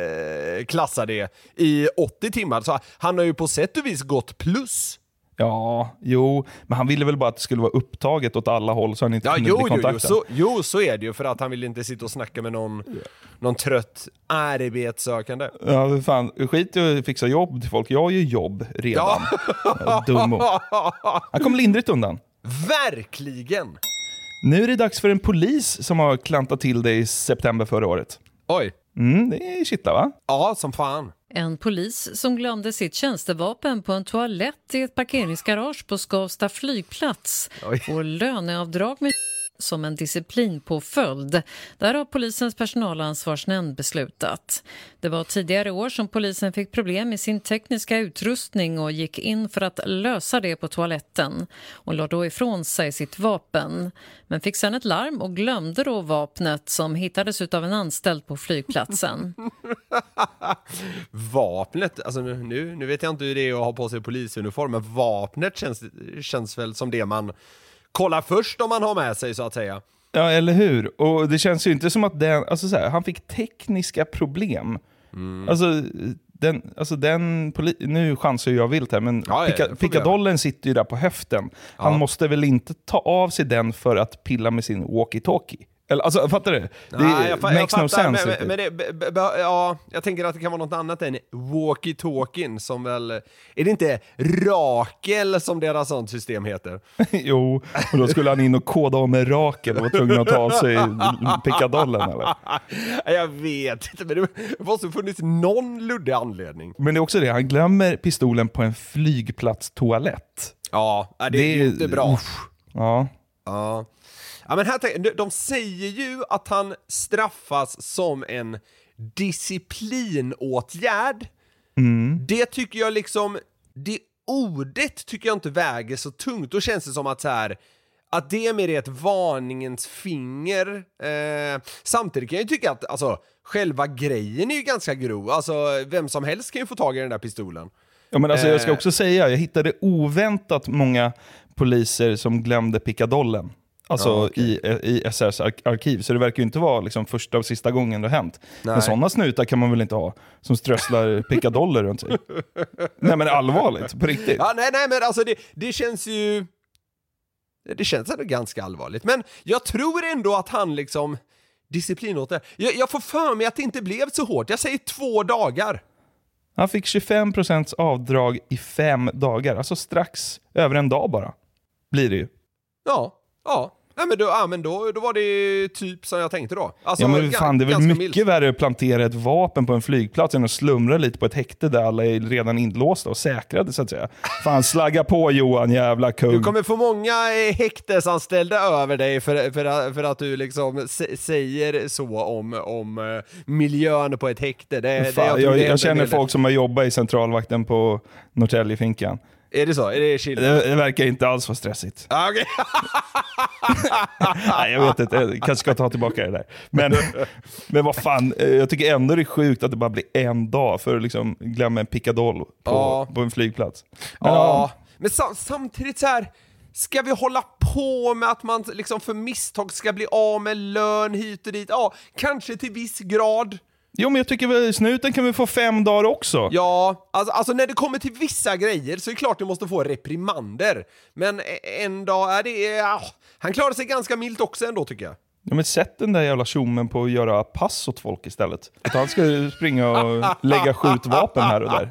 eh, klassa det, i åttio timmar. Så han har ju på sätt och vis gått plus. Ja, jo, men han ville väl bara att det skulle vara upptaget åt alla håll så han inte ja, kunde jo, bli kontaktad. Jo, så, jo, så är det ju, för att han vill inte sitta och snacka med någon, någon trött arbetssökande. Ja, för fan, skit i att fixa jobb till folk. Jag har ju jobb redan. Ja. Dummo. Han kom lindrigt undan. Verkligen! Nu är det dags för en polis som har klantat till det i september förra året. Oj. Mm, det är kittla, va? Ja, som fan. En polis som glömde sitt tjänstevapen på en toalett i ett parkeringsgarage på Skavsta flygplats Oj. får löneavdrag med som en disciplinpåföljd. Där har polisens personalansvarsnämnd beslutat. Det var tidigare år som polisen fick problem med sin tekniska utrustning och gick in för att lösa det på toaletten och lade då ifrån sig sitt vapen. Men fick sedan ett larm och glömde då vapnet som hittades av en anställd på flygplatsen. Vapnet, alltså nu, nu vet jag inte hur det är att ha på sig polisuniform, men vapnet känns, känns väl som det man kollar först om man har med sig, så att säga. Ja, eller hur? Och det känns ju inte som att den, alltså så här, han fick tekniska problem. Mm. Alltså den, alltså den poli- nu chansar jag vilt här, men ja, ja, picka, pickadollen sitter ju där på höften. Ja. Han måste väl inte ta av sig den för att pilla med sin walkie-talkie. Eller, alltså, fattar du? Det Nej, jag, fa- makes jag no fattar, sense. Men, men det, b- b- ja, jag tänker att det kan vara något annat än walkie-talkie, som väl... Är det inte Rakel som deras sånt system heter? Jo, och då skulle han in och koda om med Rakel och var tvungen att ta av sig pickadollen, eller? Jag vet inte, men det måste ha funnits någon luddig anledning. Men det är också det, han glömmer pistolen på en flygplatstoalett. Ja, det, det är ju inte bra. Uff, ja. Ja. Ja, men här, de säger ju att han straffas som en disciplinåtgärd. Mm. Det tycker jag liksom, det ordet tycker jag inte väger så tungt. Då känns det som att så här, att det är mer ett varningens finger. Eh, samtidigt kan jag ju tycka att alltså, själva grejen är ju ganska grov. Alltså, vem som helst kan ju få tag i den där pistolen. Ja, men alltså, jag ska också säga, jag hittade oväntat många poliser som glömde pickadollen. Alltså ja, okay. i, i S R:s arkiv. Så det verkar ju inte vara liksom första och sista gången det har hänt. Nej. Men sådana snutar kan man väl inte ha som strösslar pickadoller runt sig. Nej, men allvarligt, på riktigt. Ja, nej, nej, men alltså det, det känns ju... Det känns ändå ganska allvarligt. Men jag tror ändå att han liksom... Disciplinåtgärd. Jag, jag får för mig att det inte blev så hårt. Jag säger två dagar. Han fick tjugofem procent avdrag i fem dagar. Alltså strax över en dag bara. Blir det ju. Ja, ja. Nej, men då, ja, men då, då var det typ som jag tänkte då. Alltså, ja, men fan, det är väl mycket mild. Värre att plantera ett vapen på en flygplats än att slumra lite på ett häkte där alla är redan inlåsta och säkrade, så att säga. Fan, slagga på Johan, jävla kung. Du kommer få många häktesanställda över dig för, för, för att du liksom s- säger så om, om miljön på ett häkte. Det, fan, det jag, jag, jag känner folk som har jobbat i centralvakten på Norrtäljefinkan. Är det så? Är det chill? Det, det verkar inte alls vara stressigt. Ah, okay. Nej, jag vet inte. Jag kanske ska ta tillbaka det där. Men, men vad fan, jag tycker ändå det är sjukt att det bara blir en dag för att liksom glömma en pickadoll på, ja. på en flygplats. Men, ja, ja. Men sam- samtidigt så här, ska vi hålla på med att man liksom för misstag ska bli av med lön hit och dit? Ja, kanske till viss grad. Jo, men jag tycker väl snuten kan vi få fem dagar också. Ja, alltså, alltså när det kommer till vissa grejer så är det klart du måste få reprimander. Men en dag är det... Ja, han klarar sig ganska milt också ändå, tycker jag. Ja, men sätt den där jävla tjommen på att göra pass åt folk istället. Att han ska springa och lägga skjutvapen här och där.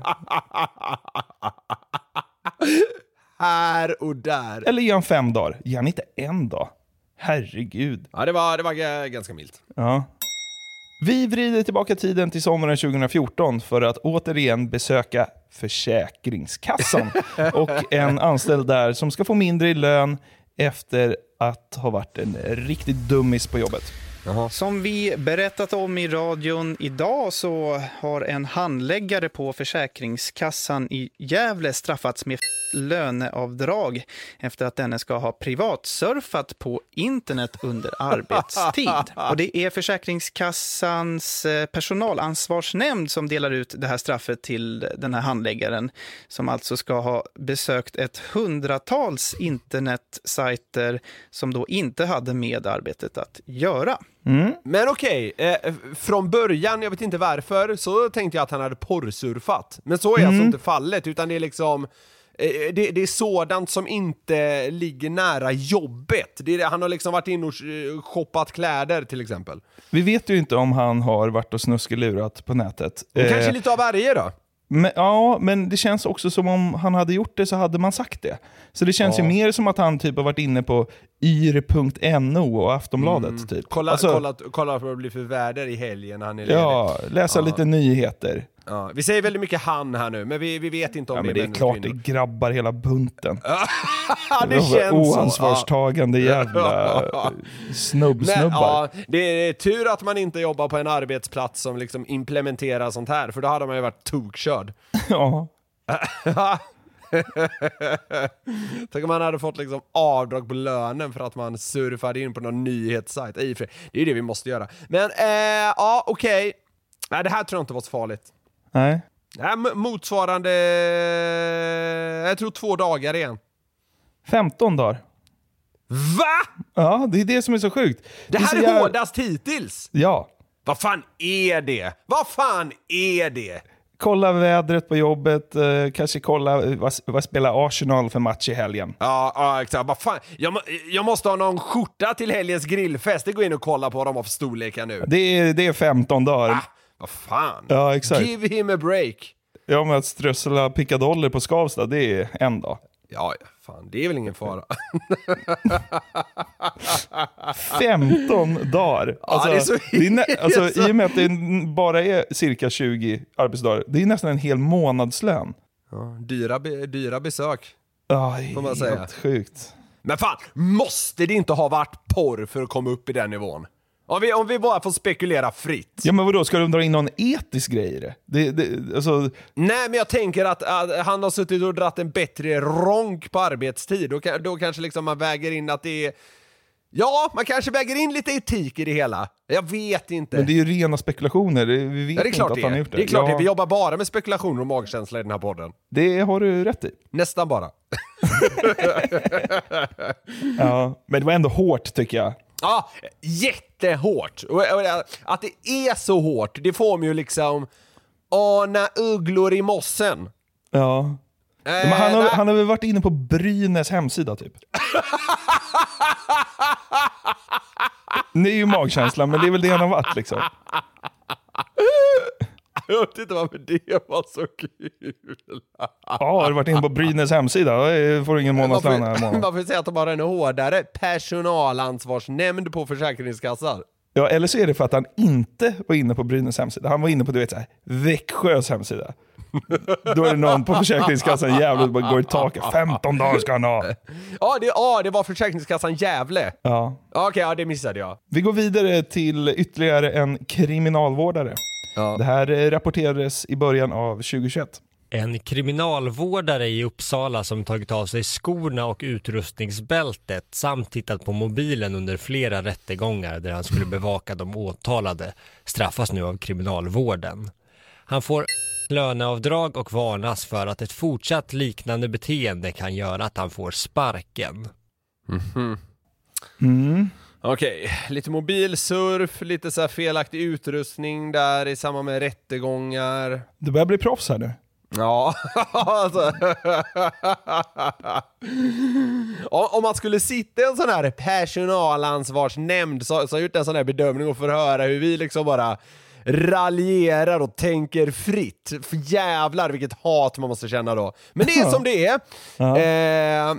Här och där. Eller ge han fem dagar. Ge han inte en dag. Herregud. Ja, det var, det var g- ganska milt. Ja. Vi vrider tillbaka tiden till sommaren tjugo fjorton för att återigen besöka Försäkringskassan och en anställd där som ska få mindre i lön efter att ha varit en riktigt dummis på jobbet. Jaha. Som vi berättat om i radion idag så har en handläggare på Försäkringskassan i Gävle straffats med löneavdrag efter att denne ska ha privatsurfat på internet under arbetstid. Och det är Försäkringskassans personalansvarsnämnd som delar ut det här straffet till den här handläggaren som alltså ska ha besökt ett hundratals internetsajter som då inte hade med arbetet att göra. Mm. Men okej, eh, från början, jag vet inte varför, så tänkte jag att han hade porrsurfat. Men så är mm. alltså inte fallet, utan det är liksom eh, det, det är sådant som inte ligger nära jobbet. Det är, han har liksom varit in och shoppat kläder till exempel. Vi vet ju inte om han har varit och snuskelurat på nätet. Men eh, kanske lite av varje då? Men, ja, men det känns också som om han hade gjort det så hade man sagt det. Så det känns ja. ju mer som att han typ har varit inne på yr punkt no och Aftonbladet mm. typ. Kolla, alltså, kolla, kolla vad det blir för väder i helgen när han är ledig. Ja, läsa ja. lite nyheter. Ja. Vi säger väldigt mycket han här nu, men vi, vi vet inte om ja, det är men det är klart det grabbar hela bunten. det, det känns oansvarstagande så. jävla snubb-snubbar. Ja, det är tur att man inte jobbar på en arbetsplats som liksom implementerar sånt här, för då hade man ju varit tokkörd. Ja. Tänk om man hade fått liksom avdrag på lönen för att man surfade in på någon nyhetssajt. Det är ju det vi måste göra. Men eh, ja, okej. Okay. Nej, det här tror jag inte var så farligt. Nej. Nej, motsvarande, jag tror två dagar igen. femton dagar. Va? Ja, det är det som är så sjukt. Det, det här är, är hårdast hittills. Ja. Vad fan är det? Vad fan är det? Kolla vädret på jobbet, eh, kanske kolla vad, vad spelar Arsenal för match i helgen. Ja, ja exakt. Vad fan? Jag, jag måste ha någon skjorta till helgens grillfest. Det går in och kolla på dem av storlekar nu. Det är, det är femton dagar. Ah, vad fan? Ja, exakt. Give him a break. Ja, men att strössla pickadoller på Skavstad, det är en dag. Ja, fan, det är väl ingen fara. femton dagar. Alltså, ja, det är så, det är nä- alltså, så... I och med att det bara är cirka tjugo arbetsdagar, det är nästan en hel månadslön. Ja, dyra, be- dyra besök. Ja, får man säga. Helt sjukt. Men fan, måste det inte ha varit porr för att komma upp i den nivån? Om vi, om vi bara får spekulera fritt. Ja, men vadå? Ska de dra in någon etisk grej i det? det, det alltså... Nej, men jag tänker att, att han har suttit och dratt en bättre ronk på arbetstid. Då, då kanske liksom man väger in att det är... Ja, man kanske väger in lite etik i det hela. Jag vet inte. Men det är ju rena spekulationer. Vi vet ja, det är klart inte att det han har är. gjort det. Det är klart ja. det. Vi jobbar bara med spekulationer och magkänsla i den här podden. Det har du rätt i. Nästan bara. Ja, men det var ändå hårt tycker jag. Ja, jättehårt. Och, och, att det är så hårt, det får mig ju liksom ana ugglor i mossen. Ja. Äh, men han, har, han har väl varit inne på Brynäs hemsida typ. Det är ju magkänslan, men det är väl det han har varit liksom. Jag vet inte varför det var så kul. Ja, har du varit inne på Brynäs hemsida? Då får du ingen månadslön här månaden. Varför säga att de har en hårdare personalansvarsnämnd på Försäkringskassan? Ja, eller så är det för att han inte var inne på Brynäs hemsida. Han var inne på, du vet, så här, Växjös hemsida. Då är det någon på Försäkringskassan jävligt bara går i taket. femton dagar ska han ha. Ja, det, ja, det var Försäkringskassan Gävle. Ja. Okej, okay, ja, det missade jag. Vi går vidare till ytterligare en kriminalvårdare. Ja. Det här rapporterades i början av tjugohundratjugoett. En kriminalvårdare i Uppsala som tagit av sig skorna och utrustningsbältet samt tittat på mobilen under flera rättegångar där han skulle bevaka de åtalade straffas nu av kriminalvården. Han får löneavdrag och varnas för att ett fortsatt liknande beteende kan göra att han får sparken. Mm-hmm. Mm. Okej, okay. Lite mobilsurf, lite så här felaktig utrustning där i samband med rättegångar. Du börjar bli proffs här nu. Ja, alltså. Om man skulle sitta i en sån här personalansvarsnämnd så har gjort en sån här bedömning och förhöra hur vi liksom bara raljerar och tänker fritt. För jävlar vilket hat man måste känna då. Men det är ja. som det är. Ja. Eh...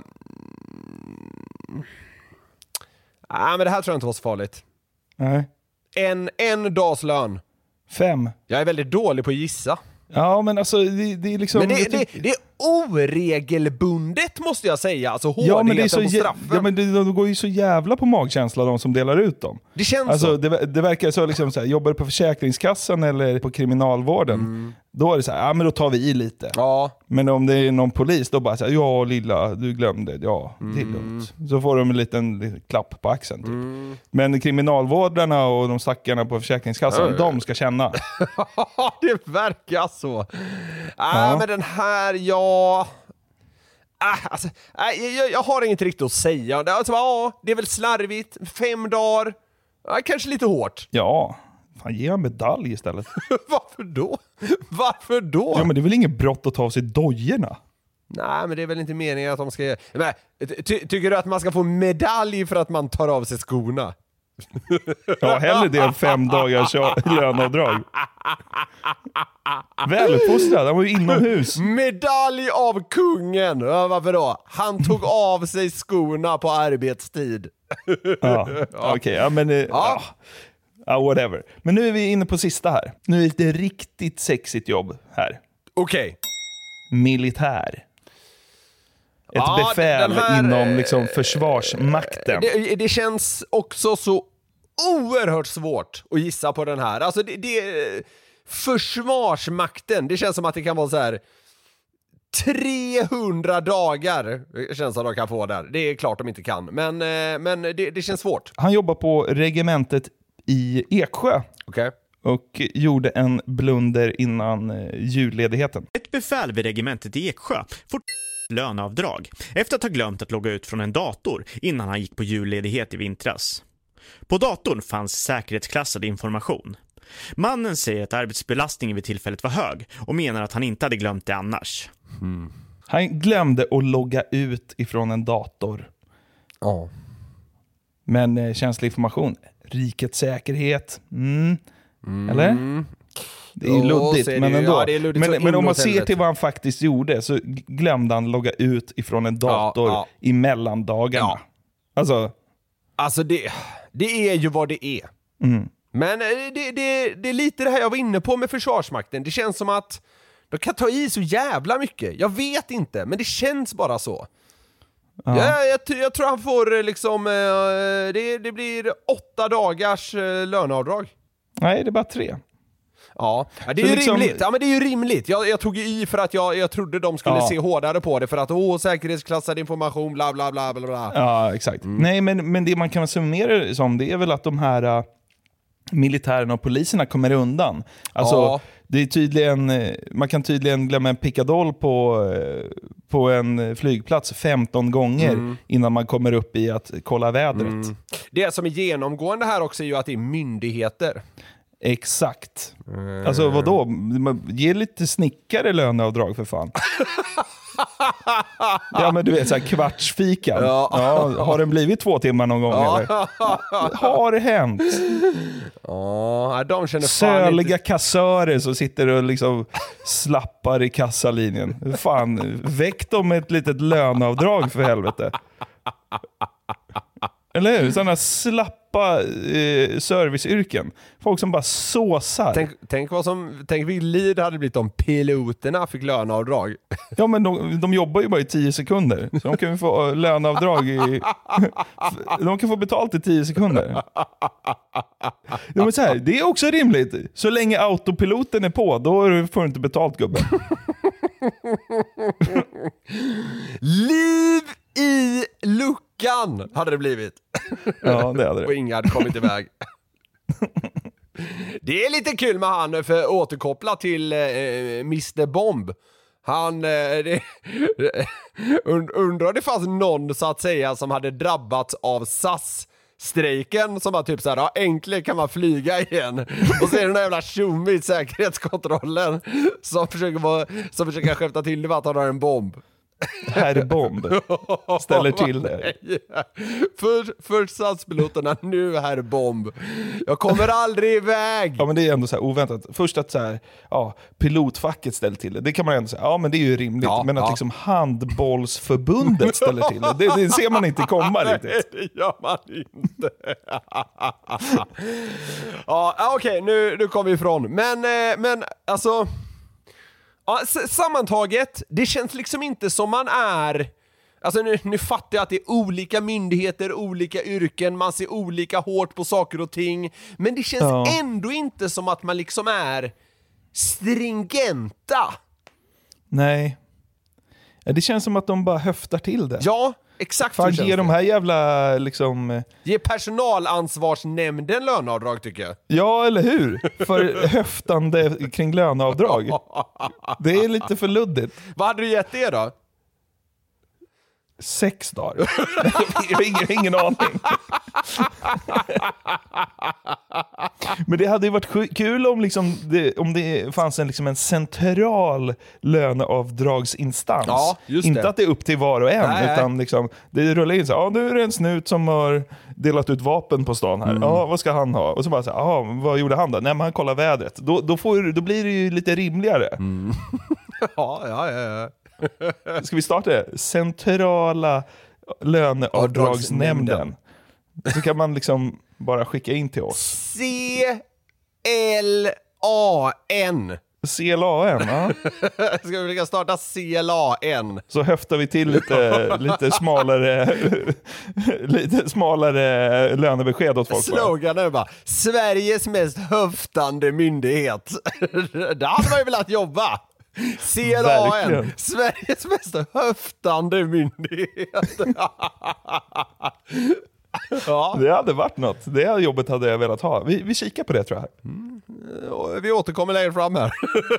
Ah, men det här tror jag inte var så farligt. Nej. En, en dags lön. Fem. Jag är väldigt dålig på att gissa. Ja, men alltså det, det är liksom... Men det, det, det, det är oregelbundet måste jag säga. Alltså hårdheten ja, men det är så på straffen. Ja, men det, de går ju så jävla på magkänsla de som delar ut dem. Det känns alltså, så. Det, det verkar så liksom så här, jobbar du på Försäkringskassan eller på kriminalvården, mm. då är det så här, ja men då tar vi i lite. Ja. Men om det är någon polis, då bara så här, ja lilla, du glömde, ja, det är lugnt. Så får de en liten, liten klapp på axeln typ. Mm. Men kriminalvårdarna och de stackarna på Försäkringskassan, mm. de ska känna. Det verkar så. Äh, ja. Men den här, ja... Äh, alltså, äh, jag, jag har inget riktigt att säga. Alltså, ja, det är väl slarvigt. Fem dagar. Äh, kanske lite hårt. Ja, fan ge en medalj istället. Varför då? Varför då? Ja, men det är väl inget brott att ta av sig dojorna? Nej, men det är väl inte meningen att de ska... Men, ty- tycker du att man ska få medalj för att man tar av sig skorna? Ja, hellre det än fem dagars löneavdrag. Väluppfostrad, han var ju inomhus. Medalj av kungen. Ja, varför då? Han tog av sig skorna på arbetstid. Ja, okej, okay, ja men ja. Ja, whatever. Men nu är vi inne på sista här. Nu är det ett riktigt sexigt jobb här. Okej. Okay. Militär. Ett ja, befäl här, inom liksom försvarsmakten. Det, det känns också så oerhört svårt att gissa på den här. Alltså det, det försvarsmakten, det känns som att det kan vara så här trehundra dagar känns som att de kan få där. Det är klart de inte kan, men, men det, det känns svårt. Han jobbar på regementet i Eksjö. Okej. Okay. Och gjorde en blunder innan julledigheten. Ett befäl vid regementet i Eksjö får löneavdrag efter att ha glömt att logga ut från en dator innan han gick på julledighet i vintras. På datorn fanns säkerhetsklassad information. Mannen säger att arbetsbelastningen vid tillfället var hög och menar att han inte hade glömt det annars. Mm. Han glömde att logga ut ifrån en dator. Ja. Oh. Men eh, känslig information, rikets säkerhet, mm. Mm. Eller? Det är ju luddigt, oh, men ändå. Ja, det är luddigt men, men om man ser till vad han faktiskt gjorde så glömde han logga ut ifrån en dator ja, ja. i mellandagarna. Ja. Alltså, alltså det, det är ju vad det är. Mm. Men det, det, det är lite det här jag var inne på med Försvarsmakten. Det känns som att de kan ta i så jävla mycket. Jag vet inte, men det känns bara så. Ja. Ja, jag, jag tror han får liksom det, det blir åtta dagars löneavdrag. Nej, det är bara tre. Ja, ja det är Så ju liksom- rimligt. Ja, men det är ju rimligt. Jag, jag tog i för att jag, jag trodde de skulle Ja. se hårdare på det för att åh, säkerhetsklassad information, bla bla bla bla bla. Ja, exakt. Mm. Nej, men, men det man kan summera det som, det är väl att de här uh, militärerna och poliserna kommer undan. Alltså, Ja. det är tydligen, eh, man kan tydligen glömma en pickadoll på, eh, på en flygplats femton gånger Mm. innan man kommer upp i att kolla vädret. Mm. Det som är genomgående här också är ju att det är myndigheter. Exakt. Mm. Alltså vadå? Ge lite snickare löneavdrag för fan. Ja, men du vet, så här kvartsfikan. Ja. Ja, har den blivit två timmar någon gång Ja. eller? Har det hänt? Ja, de känner fan Söliga inte... kassörer som sitter och liksom slappar i kassalinjen. Fan, väck dem med ett litet löneavdrag för helvete. Eller hur? Sådana slappa eh, serviceyrken. Folk som bara såsar. Tänk, tänk vad som, tänk vilket liv det hade blivit om piloterna fick löneavdrag. Ja, men de, de jobbar ju bara i tio sekunder. Så de kan ju få eh, löneavdrag i... De kan få betalt i tio sekunder. Ja, men så här, det är också rimligt. Så länge autopiloten är på, då får du inte betalt, gubben. Liv i luckan hade det blivit. Ja, det hade det. Och inga hade kommit iväg. Det är lite kul med han, för att återkoppla till eh, mister Bomb. Han, eh, det, und, undrar om det fanns någon så att säga som hade drabbats av S A S-strejken som var typ såhär, ja, äntligen kan man flyga igen. Och så är det den där jävla tjomme i säkerhetskontrollen som försöker, vara, som försöker skämta till det med att han har en bomb. Herr Bomb ställer till det. För, för S A S-piloterna, nu herr Bomb. Jag kommer aldrig iväg. Ja, men det är ändå så här oväntat. Först att så här, ja, pilotfacket ställer till det. Det kan man ändå säga, ja, men det är ju rimligt. Ja, men att ja. liksom handbollsförbundet ställer till det, det, det ser man inte komma riktigt. Nej, det gör man inte. Ja, okej, nu, nu kommer vi ifrån. Men, eh, men alltså... Ja, s- sammantaget, det känns liksom inte som man är... Alltså nu, nu fattar jag att det är olika myndigheter, olika yrken, man ser olika hårt på saker och ting. Men det känns Ja. ändå inte som att man liksom är stringenta. Nej. Ja, det känns som att de bara höftar till det. Ja, exakt så Fan, känns ge de det. här jävla liksom... Ge personalansvarsnämnden löneavdrag tycker jag. Ja, eller hur? För höftande kring löneavdrag. Det är lite för luddigt. Vad hade du gett det då? Sex dagar. Jag har ingen, ingen aning. Men det hade ju varit sj- kul om, liksom det, om det fanns en, liksom en central löneavdragsinstans. Ja, just Inte det. att det är upp till var och en, Nej, nej. utan liksom, det rullar in så ja, nu är det en snut som har delat ut vapen på stan här. Mm. Ja, vad ska han ha? Och så bara så här, ja, vad gjorde han då? Nej, men han kollar vädret. Då, då, får, då blir det ju lite rimligare. Mm. Ja, ja, ja, ja. Ska vi starta det? Centrala löneavdragsnämnden. Så kan man liksom bara skicka in till oss. C L A N. C L A N, ja. Ska vi försöka starta C L A N? Så höftar vi till lite, lite smalare lite smalare lönebesked åt folk. Sloganen är bara Sveriges mest höftande myndighet. Där hade man ju velat jobba. C L A N, Verkligen. Sveriges mest höftande myndighet. Ja. Det hade varit något. Det här jobbet hade jag velat ha. Vi, vi kikar på det, tror jag. Mm. Vi återkommer längre fram här.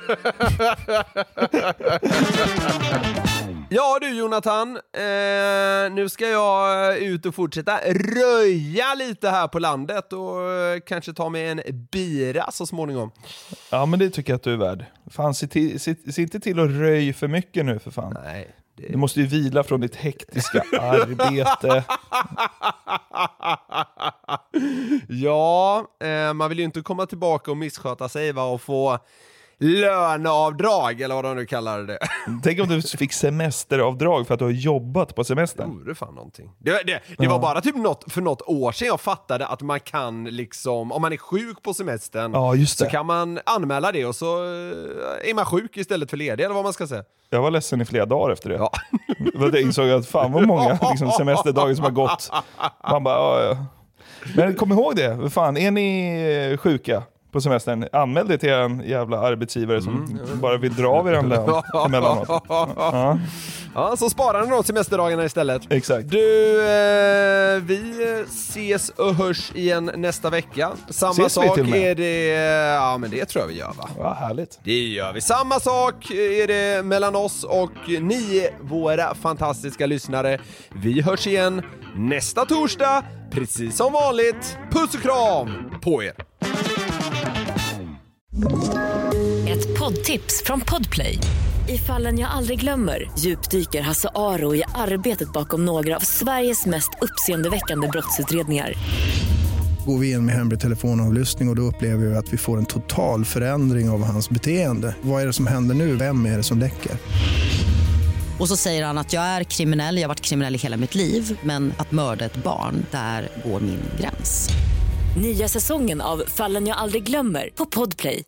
Ja du Jonathan, eh, nu ska jag ut och fortsätta röja lite här på landet och eh, kanske ta med en bira så småningom. Ja, men det tycker jag att du är värd. Fan, se, till, se, se inte till att röj för mycket nu för fan. Nej. Det... Du måste ju vila från ditt hektiska arbete. Ja, eh, man vill ju inte komma tillbaka och missköta sig va, och få löneavdrag eller vad de nu kallar det. Tänk om du fick semesteravdrag för att du har jobbat på semestern. Det vore fan någonting. Det, det, det ja. var bara typ något, för något år sedan jag fattade att man kan liksom, om man är sjuk på semestern, ja, just det. Så kan man anmäla det och så är man sjuk istället för ledig eller vad man ska säga. Jag var ledsen i flera dagar efter det. Ja. Jag insåg att fan vad många liksom, semesterdagar som har gått. Man bara, ja, ja. Men kom ihåg det, fan, är ni sjuka på semestern. Anmäl det till en jävla arbetsgivare som mm. bara vill dra av er en lön emellanåt. Ja. Ja, så sparar ni då semesterdagarna istället. Exakt. Du, eh, vi ses och hörs igen nästa vecka. Samma ses sak är det, ja men det tror jag vi gör va? Ja, härligt. Det gör vi. Samma sak är det mellan oss och ni, våra fantastiska lyssnare. Vi hörs igen nästa torsdag, precis som vanligt. Puss och kram på er! Ett poddtips från Podplay. I Fallen jag aldrig glömmer djupdyker Hasse Aro i arbetet bakom några av Sveriges mest uppseendeväckande brottsutredningar. Går vi in med hemlig telefonavlyssning och, och då upplever vi att vi får en total förändring av hans beteende. Vad är det som händer nu? Vem är det som läcker? Och så säger han att jag är kriminell, jag har varit kriminell i hela mitt liv, men att mörda ett barn, där går min gräns. Nya säsongen av Fallen jag aldrig glömmer på Podplay.